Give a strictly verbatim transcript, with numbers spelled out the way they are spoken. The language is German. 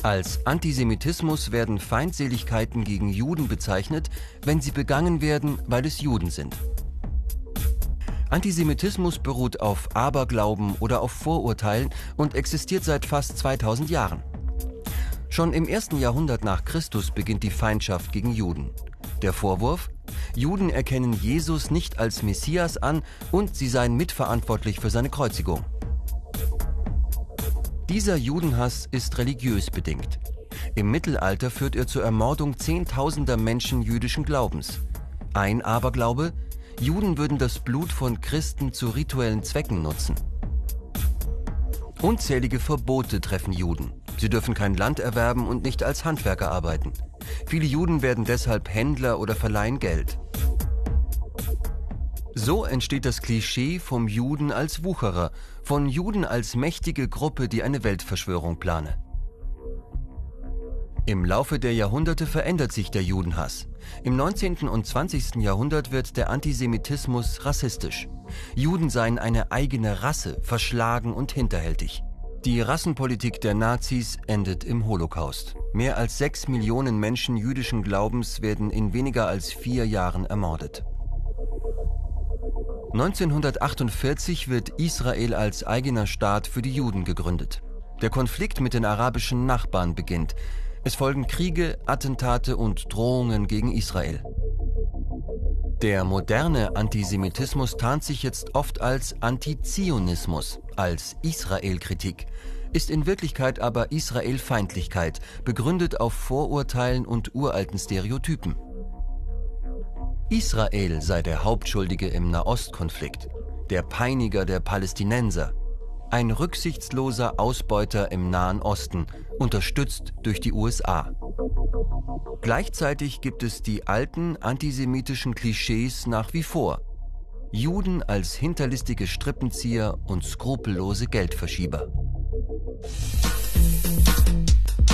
Als Antisemitismus werden Feindseligkeiten gegen Juden bezeichnet, wenn sie begangen werden, weil es Juden sind. Antisemitismus beruht auf Aberglauben oder auf Vorurteilen und existiert seit fast zweitausend Jahren. Schon im ersten Jahrhundert nach Christus beginnt die Feindschaft gegen Juden. Der Vorwurf: Juden erkennen Jesus nicht als Messias an und sie seien mitverantwortlich für seine Kreuzigung. Dieser Judenhass ist religiös bedingt. Im Mittelalter führt er zur Ermordung zehntausender Menschen jüdischen Glaubens. Ein Aberglaube: Juden würden das Blut von Christen zu rituellen Zwecken nutzen. Unzählige Verbote treffen Juden. Sie dürfen kein Land erwerben und nicht als Handwerker arbeiten. Viele Juden werden deshalb Händler oder verleihen Geld. So entsteht das Klischee vom Juden als Wucherer, von Juden als mächtige Gruppe, die eine Weltverschwörung plane. Im Laufe der Jahrhunderte verändert sich der Judenhass. Im neunzehnten und zwanzigsten Jahrhundert wird der Antisemitismus rassistisch. Juden seien eine eigene Rasse, verschlagen und hinterhältig. Die Rassenpolitik der Nazis endet im Holocaust. Mehr als sechs Millionen Menschen jüdischen Glaubens werden in weniger als vier Jahren ermordet. neunzehnhundertachtundvierzig wird Israel als eigener Staat für die Juden gegründet. Der Konflikt mit den arabischen Nachbarn beginnt. Es folgen Kriege, Attentate und Drohungen gegen Israel. Der moderne Antisemitismus tarnt sich jetzt oft als Antizionismus, als Israelkritik, ist in Wirklichkeit aber Israelfeindlichkeit, begründet auf Vorurteilen und uralten Stereotypen. Israel sei der Hauptschuldige im Nahostkonflikt, der Peiniger der Palästinenser, ein rücksichtsloser Ausbeuter im Nahen Osten, unterstützt durch die U S A. Gleichzeitig gibt es die alten antisemitischen Klischees nach wie vor. Juden als hinterlistige Strippenzieher und skrupellose Geldverschieber.